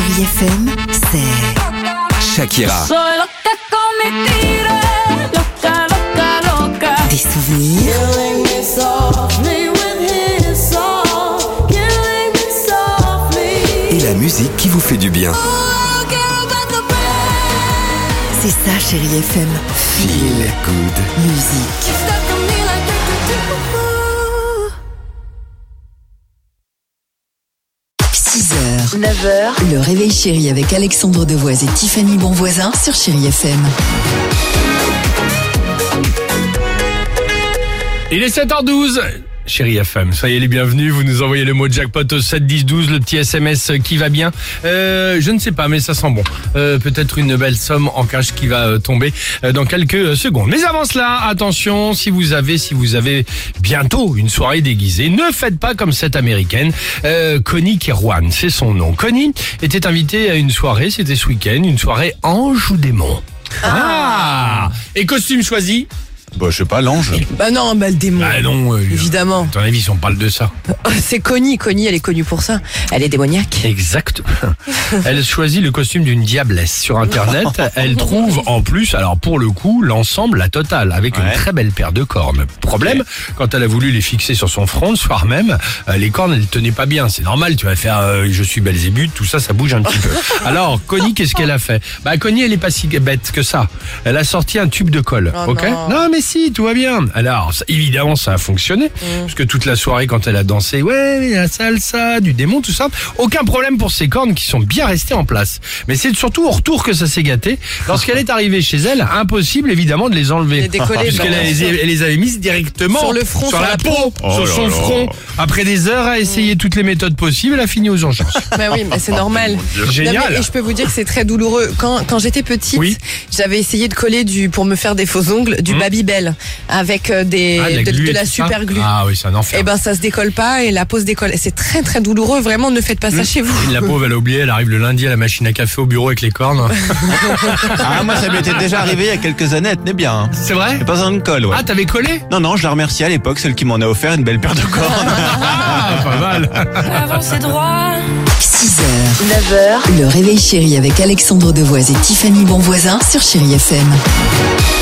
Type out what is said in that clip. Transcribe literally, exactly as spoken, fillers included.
Chérie F M, c'est Shakira. Soy loca con mi tigre, loca, loca, loca. des souvenirs, Killing me softly with his song, killing me softly. Et la musique qui vous fait du bien. Oh, I don't care about the pain. c'est ça Chérie F M. Feel good. Musique. You stuck on me like do, do, do. six heures, neuf heures, le réveil chéri avec Alexandre Devoise et Tiffany Bonvoisin sur Chérie F M. Il est sept heures douze. Chérie F M, soyez les bienvenus, vous nous envoyez le mot jackpot au sept dix douze, le petit S M S qui va bien. Euh, je ne sais pas, mais ça sent bon. Euh, peut-être une belle somme en cash qui va euh, tomber euh, dans quelques euh, secondes. Mais avant cela, attention, si vous avez, si vous avez bientôt une soirée déguisée, ne faites pas comme cette américaine, euh, Connie Kerwan, c'est son nom. Connie était invitée à une soirée, c'était ce week-end, une soirée Ange ou démon. Ah, et costume choisi? Bah, je sais pas, l'ange. Bah non, bah le démon. Ah non, euh, Évidemment. À ton avis, si on parle de ça? C'est Connie, Connie, elle est connue pour ça. Elle est démoniaque. Exact. Elle choisit le costume d'une diablesse sur Internet. Elle trouve en plus, alors pour le coup, l'ensemble, la totale, avec une Ouais. très belle paire de cornes. Problème, quand elle a voulu les fixer sur son front le soir même, euh, les cornes, elles tenaient pas bien. C'est normal, tu vas faire euh, je suis Belzébuth, tout ça, ça bouge un petit peu. Alors, Connie, qu'est-ce qu'elle a fait? Bah, Connie, elle est pas si bête que ça. Elle a sorti un tube de colle. Oh ok? non. Non, mais si, tout va bien. Alors, ça- évidemment, ça a fonctionné. Parce que toute la soirée, quand elle a dansé, ouais, la salsa, du démon, tout ça, aucun problème pour ses cornes qui sont bien restées en place. Mais c'est surtout au retour que ça s'est gâté. Lorsqu'elle est arrivée chez elle, impossible évidemment de les enlever. Les décoller, Puisqu'elle bah, les, bien sûr. elle les avait mises directement Sur le front, sur sur la la peau, Oh sur là son là. front. Après des heures à essayer toutes les méthodes possibles, elle a fini aux urgences. Bah oui, mais c'est normal. Génial. Non, mais- et je peux vous dire que c'est très douloureux. Quand, quand j'étais petite, Oui. j'avais essayé de coller du, pour me faire des faux ongles, du Babybel avec euh, des, Ah, de, glu de et la tout ça. super glue. Ah oui, c'est un enfer. Et ben ça se décolle pas et la peau se décolle. Et c'est très très douloureux. Vraiment, ne faites pas ça chez vous. La pauvre, elle a oublié, elle arrive le lundi à la machine à café au bureau avec les cornes. Ah, moi, ça m'était déjà arrivé il y a quelques années, elle tenait bien. Hein. C'est vrai? Pas besoin de colle, ouais. Ah, t'avais collé? Non, non, je la remercie à l'époque, celle qui m'en a offert une belle paire de cornes. Ah, pas mal. Avancer droit. six heures, neuf heures, le réveil chéri avec Alexandre Devoise et Tiffany Bonvoisin sur Chérie F M.